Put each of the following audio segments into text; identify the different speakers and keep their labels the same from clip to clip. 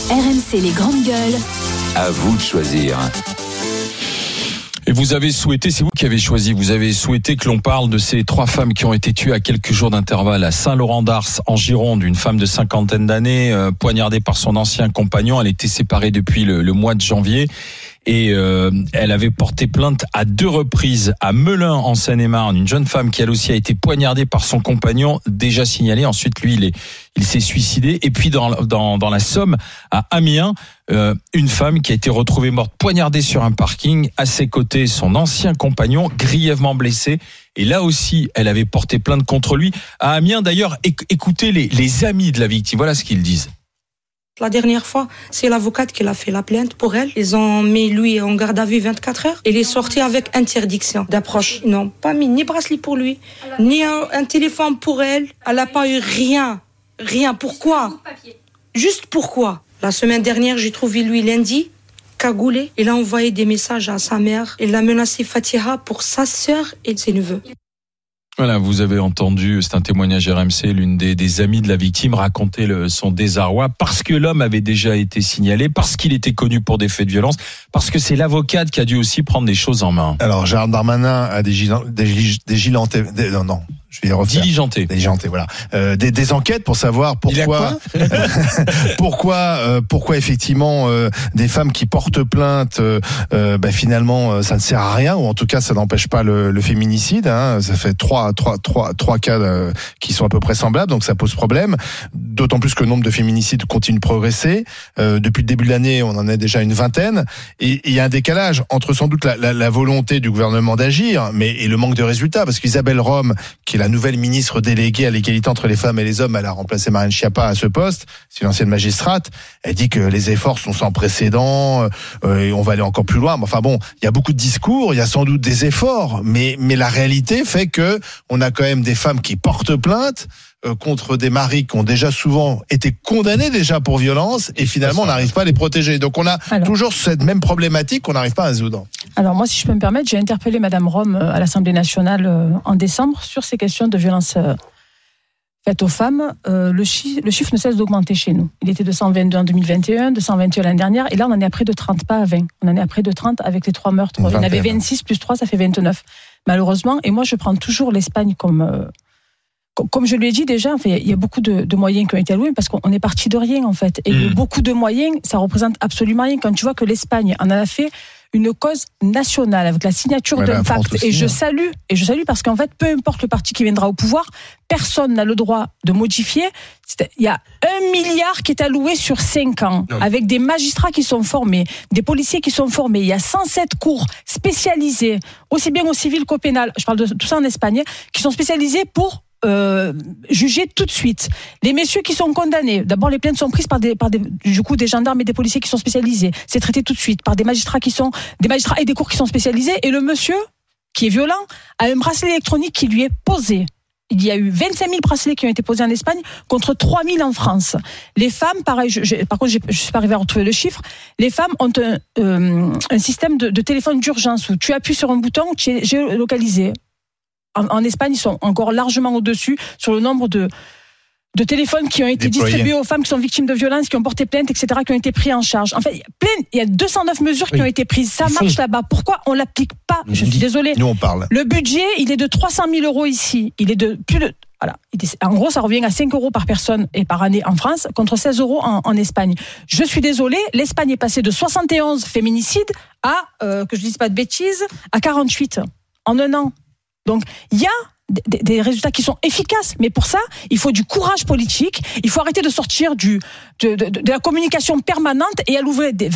Speaker 1: RMC les grandes gueules.
Speaker 2: À vous de choisir.
Speaker 3: Et vous avez souhaité, c'est vous qui avez choisi, vous avez souhaité que l'on parle de ces 3 femmes qui ont été tuées à quelques jours d'intervalle à Saint-Laurent-d'Ars, en Gironde. Une femme de 50 d'années, poignardée par son ancien compagnon. Elle était séparée depuis le mois de janvier. Et elle avait porté plainte à 2 reprises à Melun en Seine-et-Marne, une jeune femme qui elle aussi a été poignardée par son compagnon, déjà signalé. Ensuite lui il s'est suicidé. Et puis dans la Somme, à Amiens, une femme qui a été retrouvée morte poignardée sur un parking. À ses côtés, son ancien compagnon, grièvement blessé. Et là aussi, elle avait porté plainte contre lui. À Amiens d'ailleurs, écoutez les amis de la victime. Voilà ce qu'ils disent.
Speaker 4: La dernière fois, c'est l'avocate qui a fait la plainte pour elle. Ils ont mis lui en garde à vue 24 heures. Il est sorti avec interdiction d'approche. Ils n'ont pas mis ni bracelet pour lui, ni un téléphone pour elle. Elle n'a pas eu rien. Rien. Pourquoi ? Juste pourquoi ? La semaine dernière, j'ai trouvé lui lundi, cagoulé. Il a envoyé des messages à sa mère. Il a menacé Fatiha pour sa sœur et ses neveux.
Speaker 3: Voilà, vous avez entendu, c'est un témoignage RMC, l'une des amies de la victime raconter son désarroi parce que l'homme avait déjà été signalé, parce qu'il était connu pour des faits de violence, parce que c'est l'avocate qui a dû aussi prendre des choses en main.
Speaker 5: Alors, Gérald Darmanin a diligenté, voilà. Des enquêtes pour savoir pourquoi, pourquoi effectivement des femmes qui portent plainte, finalement ça ne sert à rien, ou en tout cas ça n'empêche pas le féminicide. Hein. Ça fait trois cas qui sont à peu près semblables, donc ça pose problème. D'autant plus que le nombre de féminicides continue de progresser. Depuis le début de l'année, on en est déjà une 20aine, et il y a un décalage entre sans doute la volonté du gouvernement d'agir, et le manque de résultats, parce qu'Isabelle Rome, qui est la nouvelle ministre déléguée à l'égalité entre les femmes et les hommes, elle a remplacé Marlène Schiappa à ce poste, c'est une ancienne magistrate. Elle dit que les efforts sont sans précédent, et on va aller encore plus loin. Mais enfin bon, il y a beaucoup de discours, il y a sans doute des efforts, mais la réalité fait que on a quand même des femmes qui portent plainte contre des maris qui ont déjà souvent été condamnés déjà pour violence, et finalement on n'arrive pas à les protéger. Donc on a toujours cette même problématique qu'on n'arrive pas à résoudre.
Speaker 6: Alors moi, si je peux me permettre, j'ai interpellé Madame Rome à l'Assemblée nationale en décembre sur ces questions de violence faites aux femmes. Le chiffre ne cesse d'augmenter chez nous. Il était de 122 en 2021, de 121 l'année dernière, et là on en est à près de 30, pas à 20. On en est à près de 30 avec les 3 meurtres. Il y en avait 26 plus 3, ça fait 29. Malheureusement, et moi je prends toujours l'Espagne comme je lui ai dit déjà, il y a beaucoup de moyens qui ont été alloués parce qu'on est parti de rien en fait. Et beaucoup de moyens, ça représente absolument rien. Quand tu vois que l'Espagne en a fait une cause nationale avec la signature d'un pacte. Et je salue parce qu'en fait, peu importe le parti qui viendra au pouvoir, personne n'a le droit de modifier. Il y a 1 milliard qui est alloué sur 5 ans, avec des magistrats qui sont formés, des policiers qui sont formés. Il y a 107 cours spécialisés, aussi bien au civil qu'au pénal. Je parle de tout ça en Espagne, qui sont spécialisés pour juger tout de suite. Les messieurs qui sont condamnés, d'abord les plaintes sont prises par des gendarmes et des policiers qui sont spécialisés. C'est traité tout de suite par des magistrats et des cours qui sont spécialisés. Et le monsieur qui est violent a un bracelet électronique qui lui est posé. Il y a eu 25 000 bracelets qui ont été posés en Espagne contre 3 000 en France. Les femmes, pareil, par contre, je ne suis pas arrivée à retrouver le chiffre, les femmes ont un système de téléphone d'urgence où tu appuies sur un bouton, tu es géolocalisé. En Espagne, ils sont encore largement au-dessus sur le nombre de téléphones qui ont été distribués aux femmes qui sont victimes de violences, qui ont porté plainte, etc., qui ont été pris en charge. En fait, il y a 209 mesures qui ont été prises. Ça marche là-bas. Pourquoi on l'applique pas ? Je suis désolée.
Speaker 5: Nous, on parle.
Speaker 6: Le budget, il est de 300 000 € ici. Il est de plus de... Voilà. En gros, ça revient à 5 € par personne et par année en France, contre 16 € en Espagne. Je suis désolée, l'Espagne est passée de 71 féminicides à, que je ne dise pas de bêtises, à 48 en un an. Donc, il y a des résultats qui sont efficaces, mais pour ça, il faut du courage politique, il faut arrêter de sortir de la communication permanente et allouer des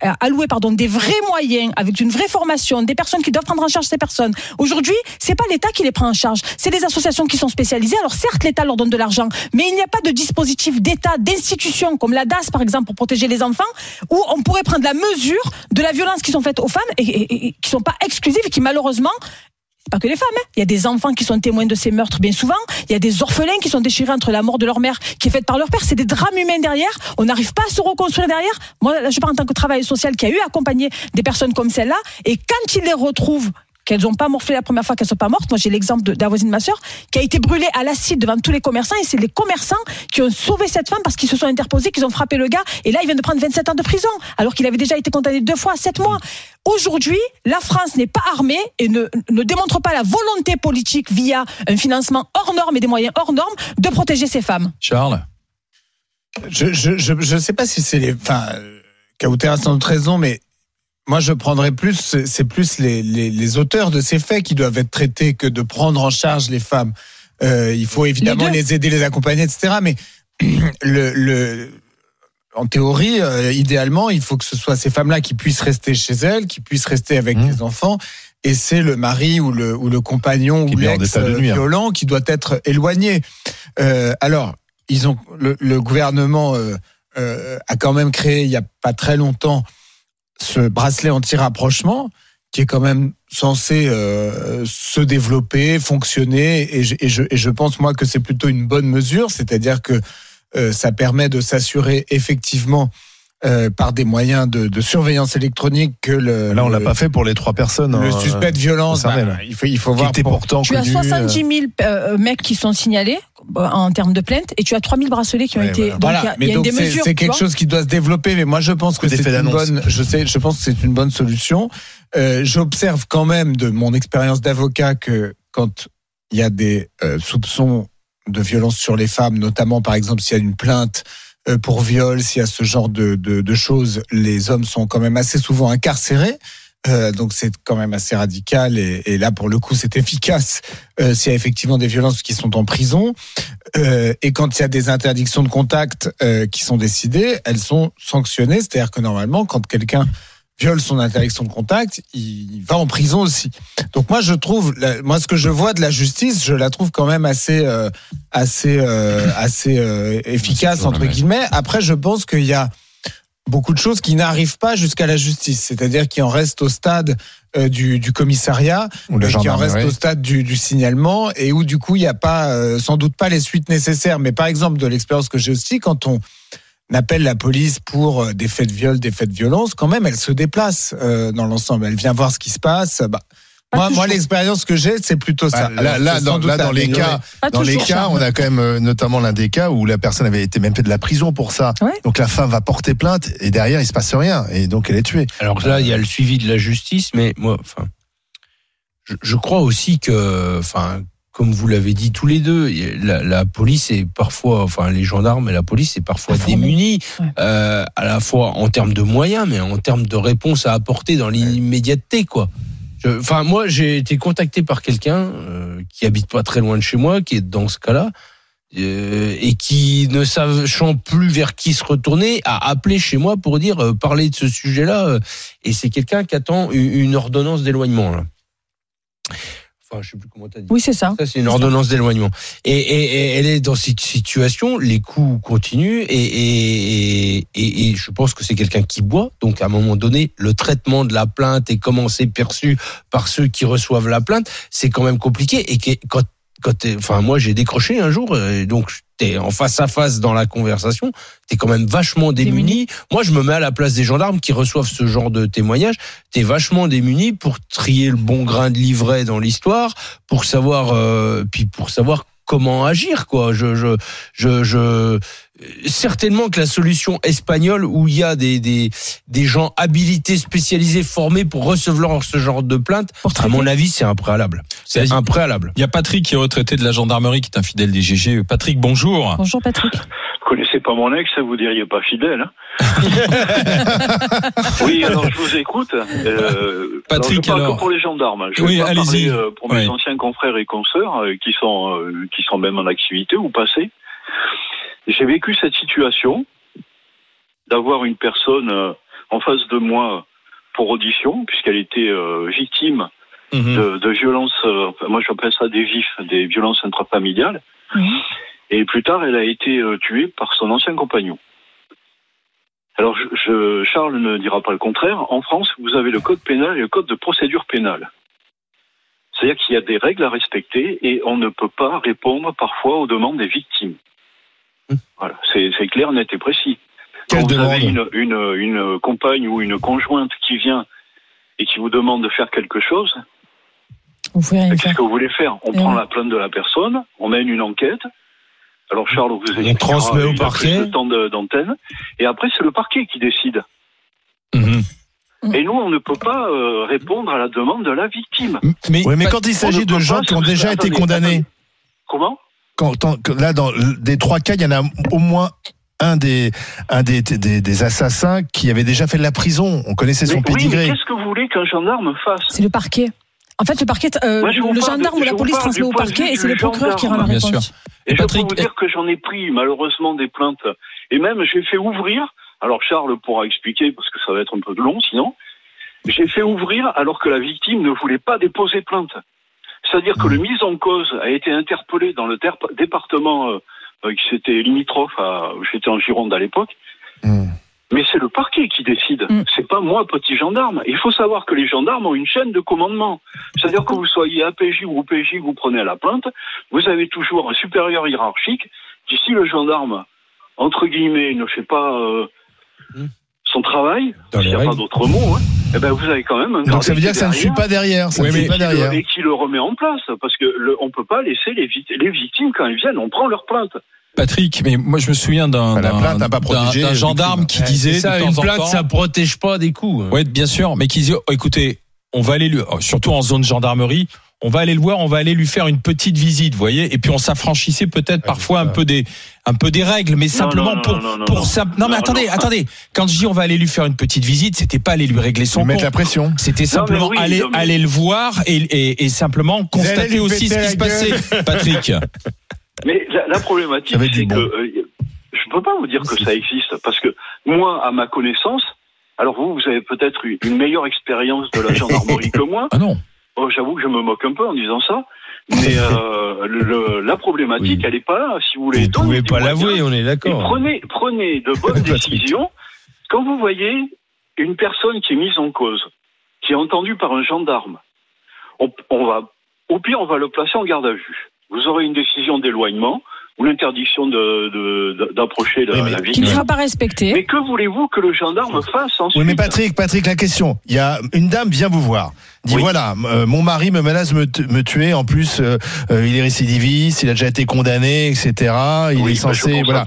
Speaker 6: vrais moyens, avec une vraie formation, des personnes qui doivent prendre en charge ces personnes. Aujourd'hui, c'est pas l'État qui les prend en charge, c'est des associations qui sont spécialisées. Alors certes, l'État leur donne de l'argent, mais il n'y a pas de dispositif d'État, d'institutions comme la DAS par exemple pour protéger les enfants, où on pourrait prendre la mesure de la violence qui sont faites aux femmes et qui sont pas exclusives et qui malheureusement... C'est pas que les femmes, Il y a des enfants qui sont témoins de ces meurtres bien souvent. Il y a des orphelins qui sont déchirés entre la mort de leur mère qui est faite par leur père. C'est des drames humains derrière. On n'arrive pas à se reconstruire derrière. Moi, là, je parle en tant que travailleuse sociale qui a eu accompagné des personnes comme celle-là. Et quand ils les retrouvent, qu'elles n'ont pas morflé la première fois, qu'elles ne sont pas mortes. Moi, j'ai l'exemple de la voisine de ma sœur qui a été brûlée à l'acide devant tous les commerçants, et c'est les commerçants qui ont sauvé cette femme parce qu'ils se sont interposés, qu'ils ont frappé le gars, et là, il vient de prendre 27 ans de prison, alors qu'il avait déjà été condamné 2 fois à 7 mois. Aujourd'hui, la France n'est pas armée et ne démontre pas la volonté politique via un financement hors norme et des moyens hors normes de protéger ces femmes.
Speaker 3: Charles?
Speaker 1: Je sais pas si c'est Kauter a sans doute raison, mais moi je prendrais c'est plus les auteurs de ces faits qui doivent être traités que de prendre en charge les femmes. Il faut évidemment les aider, les accompagner, etc. Mais en théorie, idéalement, il faut que ce soit ces femmes-là qui puissent rester chez elles, qui puissent rester avec les enfants. Et c'est le mari ou le compagnon qui ou l'ex violent qui doit être éloigné. Alors, le gouvernement a quand même créé, il n'y a pas très longtemps, ce bracelet anti-rapprochement qui est quand même censé se développer, fonctionner. Et je pense, moi, que c'est plutôt une bonne mesure. C'est-à-dire que ça permet de s'assurer effectivement par des moyens de surveillance électronique que
Speaker 5: là on l'a pas fait pour les 3 personnes.
Speaker 1: Le suspect de violence, il faut voir.
Speaker 6: Tu as 70 000 mecs qui sont signalés en termes de plainte, et tu as 3 000 bracelets qui ont été.
Speaker 1: Voilà. Donc il y a des mesures. C'est quelque chose qui doit se développer, mais moi je pense que c'est une bonne. Je pense que c'est une bonne solution. J'observe quand même de mon expérience d'avocat que quand il y a des soupçons de violence sur les femmes, notamment par exemple s'il y a une plainte pour viol, s'il y a ce genre de choses, les hommes sont quand même assez souvent incarcérés. Donc c'est quand même assez radical, et là pour le coup c'est efficace s'il y a effectivement des violences qui sont en prison. Et quand il y a des interdictions de contact qui sont décidées, elles sont sanctionnées. C'est-à-dire que normalement quand quelqu'un viole son interdiction de contact, il va en prison aussi. Donc moi je trouve, moi ce que je vois de la justice, je la trouve quand même assez efficace entre guillemets. Après je pense qu'il y a beaucoup de choses qui n'arrivent pas jusqu'à la justice, c'est-à-dire qui en restent au stade du commissariat, qui en restent au stade du signalement, et où du coup il n'y a pas sans doute pas les suites nécessaires. Mais par exemple de l'expérience que j'ai aussi, quand on appelle la police pour des faits de viol, des faits de violence, quand même, elle se déplace dans l'ensemble. Elle vient voir ce qui se passe. Moi, l'expérience que j'ai, c'est plutôt ça.
Speaker 5: Dans les cas, on a quand même notamment l'un des cas où la personne avait été même fait de la prison pour ça. Ouais. Donc la femme va porter plainte et derrière il se passe rien et donc elle est tuée.
Speaker 7: Alors là, il y a le suivi de la justice, mais moi, je crois aussi que, comme vous l'avez dit tous les deux, la police est parfois, les gendarmes et la police est parfois démunis, à la fois en termes de moyens, mais en termes de réponses à apporter dans l'immédiateté, quoi. Moi, j'ai été contacté par quelqu'un qui habite pas très loin de chez moi, qui est dans ce cas-là, et qui, ne sachant plus vers qui se retourner, a appelé chez moi pour parler de ce sujet-là. Et c'est quelqu'un qui attend une ordonnance d'éloignement, là. Je sais plus comment t'as dit.
Speaker 6: Oui, c'est ça.
Speaker 7: Ça, c'est une ordonnance d'éloignement. Et elle est dans cette situation, les coups continuent, et je pense que c'est quelqu'un qui boit. Donc, à un moment donné, le traitement de la plainte et comment c'est perçu par ceux qui reçoivent la plainte, c'est quand même compliqué. Et moi, j'ai décroché un jour, donc t'es en face à face dans la conversation, t'es quand même vachement démuni. Moi, je me mets à la place des gendarmes qui reçoivent ce genre de témoignages. T'es vachement démuni pour trier le bon grain de livret dans l'histoire, pour savoir comment agir, quoi. Certainement que la solution espagnole, où il y a des gens habilités, spécialisés, formés pour recevoir ce genre de plainte, à mon avis, c'est un préalable. C'est un préalable.
Speaker 3: Il y a Patrick qui est retraité de la gendarmerie, qui est un fidèle des GG. Patrick, bonjour.
Speaker 6: Bonjour Patrick.
Speaker 8: Vous connaissez pas mon ex, vous diriez pas fidèle, hein. Oui, alors je vous écoute.
Speaker 3: Patrick,
Speaker 8: alors je parle que pour les gendarmes. Je vais pas parler pour mes anciens confrères et consoeurs qui sont même en activité ou passés. J'ai vécu cette situation d'avoir une personne en face de moi pour audition, puisqu'elle était victime de violences, moi j'appelle ça des VIF, des violences intrafamiliales. Et plus tard, elle a été tuée par son ancien compagnon. Alors, Charles ne dira pas le contraire. En France, vous avez le code pénal et le code de procédure pénale. C'est-à-dire qu'il y a des règles à respecter et on ne peut pas répondre parfois aux demandes des victimes. Voilà, c'est clair, net et précis. Quand vous avez une compagne ou une conjointe qui vient et qui vous demande de faire quelque chose,
Speaker 6: Vous pouvez rien
Speaker 8: Qu'est-ce que vous voulez faire? On prend la plainte de la personne, on mène une enquête. Alors Charles, vous expliquera,
Speaker 7: on transmet au parquet.
Speaker 8: Le temps d'antenne, et après c'est le parquet qui décide. Et nous, on ne peut pas répondre à la demande de la victime.
Speaker 5: Mais quand il s'agit de gens qui ont déjà été condamnés.
Speaker 8: Comment?
Speaker 5: Là, dans des 3 cas, il y en a au moins un des assassins qui avait déjà fait de la prison. On connaissait son pédigré.
Speaker 8: Mais qu'est-ce que vous voulez qu'un gendarme fasse?
Speaker 6: C'est le parquet. En fait, le parquet, le gendarme ou la police transmet au parquet et c'est le procureur qui rend la réponse.
Speaker 3: Bien sûr.
Speaker 8: Et je peux vous dire que j'en ai pris malheureusement des plaintes. Et même j'ai fait ouvrir, alors Charles pourra expliquer parce que ça va être un peu long sinon, j'ai fait ouvrir alors que la victime ne voulait pas déposer plainte. C'est-à-dire que le mis en cause a été interpellé dans le département qui c'était limitrophe, j'étais en Gironde à l'époque. Mais c'est le parquet qui décide. C'est pas moi, petit gendarme. Il faut savoir que les gendarmes ont une chaîne de commandement. C'est-à-dire que vous soyez APJ ou OPJ, vous prenez la plainte, vous avez toujours un supérieur hiérarchique qui, si le gendarme, entre guillemets, ne fait pas son travail, il n'y a pas d'autre mot, eh ben vous avez quand même un.
Speaker 5: Donc ça veut dire que ça ne suit pas derrière.
Speaker 8: Et qui le remet en place, parce que on peut pas laisser les victimes quand elles viennent, on prend leur plainte.
Speaker 3: Patrick, mais moi je me souviens d'un gendarme qui disait
Speaker 7: ça,
Speaker 3: de temps
Speaker 7: une plainte,
Speaker 3: en temps,
Speaker 7: ça protège pas des coups.
Speaker 3: Oui, bien sûr, mais qui disait écoutez, on va aller surtout en zone gendarmerie, on va aller le voir, on va aller lui faire une petite visite, vous voyez, et puis on s'affranchissait peut-être parfois un peu des règles, mais simplement mais attendez, quand je dis on va aller lui faire une petite visite, c'était pas aller lui régler son compte,
Speaker 5: mettre la pression,
Speaker 3: c'était simplement aller le voir et simplement constater aussi ce qui se passait, Patrick.
Speaker 8: Mais la problématique, c'est que je peux pas vous dire que ça existe, parce que moi, à ma connaissance, alors vous avez peut-être eu une meilleure expérience de la gendarmerie que moi.
Speaker 3: Ah non.
Speaker 8: J'avoue que je me moque un peu en disant ça, mais la problématique, elle est pas là, si vous voulez.
Speaker 7: Vous pouvez pas l'avouer, on est d'accord.
Speaker 8: Prenez de bonnes décisions. Quand vous voyez une personne qui est mise en cause, qui est entendue par un gendarme, au pire, on va le placer en garde à vue. Vous aurez une décision d'éloignement ou l'interdiction d'approcher la victime.
Speaker 6: Qui ne sera pas respectée.
Speaker 8: Mais que voulez-vous que le gendarme fasse ensuite?
Speaker 5: Oui, mais Patrick, la question. Il y a une dame vient vous voir. Dit voilà, mon mari me menace de me tuer. En plus, il est récidiviste, il a déjà été condamné, etc. Il est censé, voilà.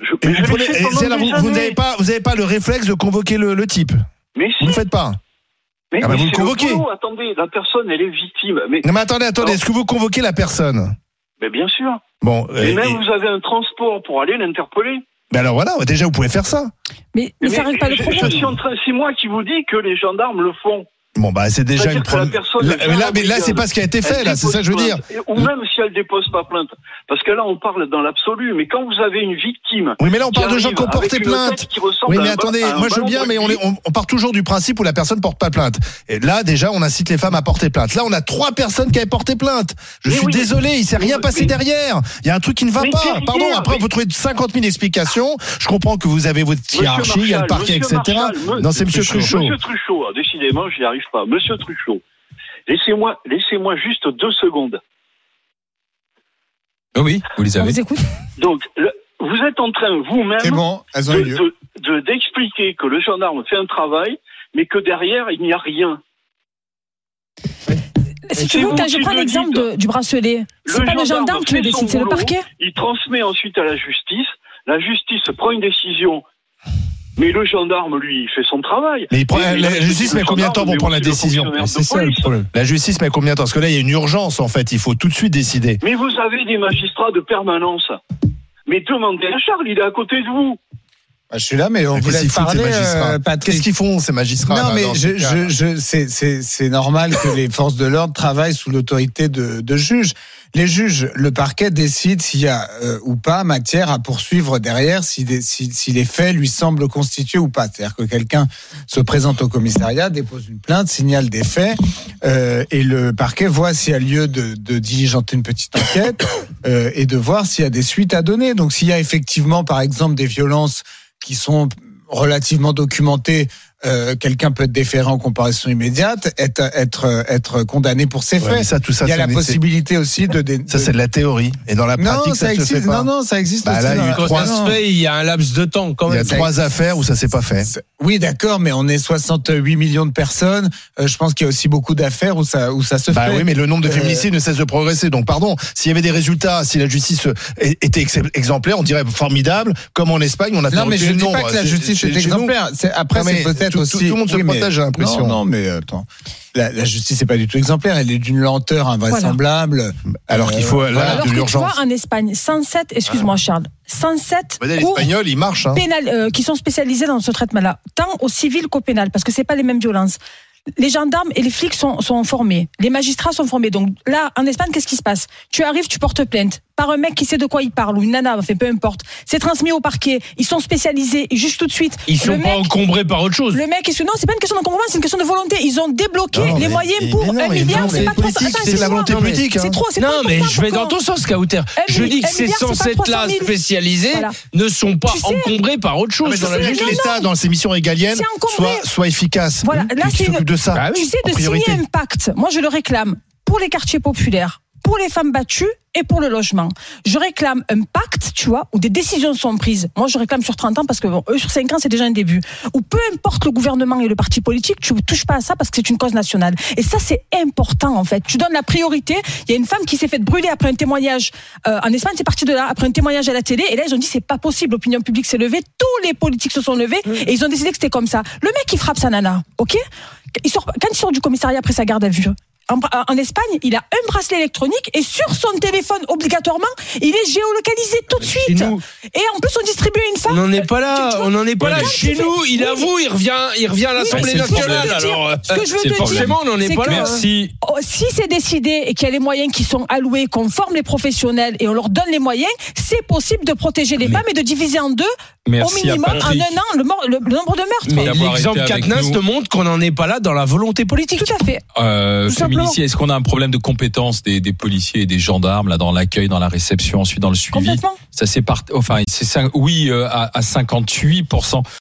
Speaker 5: Vous n'avez pas le réflexe de convoquer le type.
Speaker 8: Mais si.
Speaker 5: Vous le faites pas.
Speaker 8: Mais
Speaker 5: vous le convoquez.
Speaker 8: Attendez, la personne, elle est victime.
Speaker 5: Non, mais attendez, est-ce que vous convoquez la personne?
Speaker 8: Mais bien sûr.
Speaker 5: Bon.
Speaker 8: Et même vous avez un transport pour aller l'interpeller.
Speaker 5: Mais alors voilà, déjà vous pouvez faire ça.
Speaker 6: Mais ça règle pas le problème.
Speaker 8: C'est moi qui vous dis que les gendarmes le font.
Speaker 5: Bon c'est déjà une première. Mais là c'est pas ce qui a été fait là, c'est ça que je veux dire.
Speaker 8: Ou même si elle dépose pas plainte, parce que là on parle dans l'absolu. Mais quand vous avez une victime.
Speaker 5: Oui, mais là on parle de gens qui ont porté plainte. Oui, mais attendez, moi je veux bien, mais on part toujours du principe où la personne porte pas plainte. Et là déjà on incite les femmes à porter plainte. Là on a 3 personnes qui avaient porté plainte. Je suis désolé, il s'est rien passé derrière. Il y a un truc qui ne va pas. Pardon. Après vous trouvez 50 000 explications. Je comprends que vous avez votre hiérarchie, il y a le parquet, etc. Non, c'est Monsieur Truchot.
Speaker 8: Monsieur Truchot, décidément, j'y arrive pas. Monsieur Truchot, laissez-moi juste 2 secondes.
Speaker 3: Oui, vous les avez.
Speaker 6: On vous écoute.
Speaker 8: Donc, vous êtes en train vous-même d'expliquer que le gendarme fait un travail, mais que derrière, il n'y a rien.
Speaker 6: Si tu veux, je prends l'exemple du bracelet. C'est pas le gendarme qui le décide, c'est le parquet.
Speaker 8: Il transmet ensuite à la justice. La justice prend une décision. Mais le gendarme, lui, il fait son travail.
Speaker 5: Mais la justice met combien de temps pour prendre la décision? C'est ça le problème. La justice met combien de temps? Parce que là, il y a une urgence, en fait. Il faut tout de suite décider.
Speaker 8: Mais vous avez des magistrats de permanence. Mais demandez à Charles, il est à côté de vous.
Speaker 1: Je suis là, mais on vous laisse parler, Patrick.
Speaker 5: Qu'est-ce qu'ils font, ces magistrats?
Speaker 1: Non, mais c'est normal que les forces de l'ordre travaillent sous l'autorité de juges. Les juges, le parquet décide s'il y a ou pas matière à poursuivre derrière, si les faits lui semblent constitués ou pas. C'est-à-dire que quelqu'un se présente au commissariat, dépose une plainte, signale des faits, et le parquet voit s'il y a lieu de diligenter une petite enquête et de voir s'il y a des suites à donner. Donc s'il y a effectivement, par exemple, des violences qui sont relativement documentées quelqu'un peut être déféré en comparution immédiate, être condamné pour ses faits.
Speaker 5: Ça, tout ça,
Speaker 1: il y a la possibilité aussi
Speaker 5: ça, c'est de la théorie. Et dans la pratique, ça se fait pas.
Speaker 1: Non, ça existe aussi.
Speaker 7: Là, quand ça se fait, il y a un laps de temps quand même.
Speaker 5: Il y a 3 affaires où ça s'est pas fait.
Speaker 1: Oui, d'accord, mais on est 68 millions de personnes. Je pense qu'il y a aussi beaucoup d'affaires où ça se fait.
Speaker 5: Oui, mais le nombre de féminicides ne cesse de progresser. Donc, pardon, s'il y avait des résultats, si la justice était exemplaire, on dirait formidable. Comme en Espagne, on a fait.
Speaker 1: Non, mais je ne dis pas que la justice est exemplaire. Après, c'est peut-être aussi.
Speaker 5: Tout le monde se protège, j'ai l'impression.
Speaker 1: Non, mais attends. La justice n'est pas du tout exemplaire, elle est d'une lenteur invraisemblable.
Speaker 5: Voilà. Alors qu'il faut
Speaker 6: alors
Speaker 5: de
Speaker 6: que
Speaker 5: l'urgence.
Speaker 6: tu vois, en Espagne, 107, excuse-moi Charles, 107
Speaker 5: cours espagnols, ils marchent,
Speaker 6: pénal, qui sont spécialisés dans ce traitement-là, tant au civil qu'au pénal, parce que c'est pas les mêmes violences. Les gendarmes et les flics sont formés, les magistrats sont formés. Donc là, en Espagne, qu'est-ce qui se passe ? Tu arrives, tu portes plainte par un mec qui sait de quoi il parle, ou une nana, enfin peu importe. C'est transmis au parquet, ils sont spécialisés, ils jugent tout de suite.
Speaker 7: Ils sont pas encombrés par autre chose.
Speaker 6: Le mec, non, c'est pas une question d'encombrement, c'est une question de volonté. Ils ont débloqué les moyens pour 1 milliard, c'est pas 300.
Speaker 5: C'est la volonté politique.
Speaker 6: C'est trop, c'est
Speaker 7: non,
Speaker 6: trop.
Speaker 7: mais je vais dans ton sens, Kauter. Je dis que ces 107 là spécialisés ne sont pas encombrés par autre chose.
Speaker 5: Dans la justice, l'État, dans ses missions régaliennes, soit efficace.
Speaker 6: Voilà, là,
Speaker 5: qui s'occupe de ça.
Speaker 6: Tu sais, de signer un pacte. Moi, je le réclame pour les quartiers populaires, pour les femmes battues et pour le logement. Je réclame un pacte, tu vois, où des décisions sont prises. Moi, je réclame sur 30 ans parce que eux, sur 5 ans, c'est déjà un début. Où peu importe le gouvernement et le parti politique, tu ne touches pas à ça parce que c'est une cause nationale. Et ça, c'est important, en fait. Tu donnes la priorité. Il y a une femme qui s'est fait brûler après un témoignage. En Espagne, c'est parti de là, après un témoignage à la télé. Et là, ils ont dit, c'est pas possible. L'opinion publique s'est levée. Tous les politiques se sont levés. Et ils ont décidé que c'était comme ça. Le mec qui frappe sa nana, ok? Quand il sort du commissariat après sa garde à vue, en Espagne, il a un bracelet électronique et sur son téléphone, obligatoirement, il est géolocalisé tout de suite. Et en plus, on distribue à une femme.
Speaker 7: On n'en est pas là. Chez nous, il avoue, il revient à l'Assemblée nationale. Alors,
Speaker 6: ce que je veux te dire,
Speaker 7: forcément, on n'en est pas là.
Speaker 3: Merci.
Speaker 6: Si c'est décidé et qu'il y a les moyens qui sont alloués, qu'on forme les professionnels et on leur donne les moyens, c'est possible de protéger les femmes et de diviser en deux, au minimum, en 1 an, le nombre de meurtres.
Speaker 7: Mais l'exemple Katnas te montre qu'on n'en est pas là dans la volonté politique.
Speaker 6: Tout à fait.
Speaker 3: Féminicide, est-ce qu'on a un problème de compétence des policiers et des gendarmes là dans l'accueil, dans la réception, ensuite dans le suivi?
Speaker 6: Complètement.
Speaker 3: Ça c'est oui à 58%.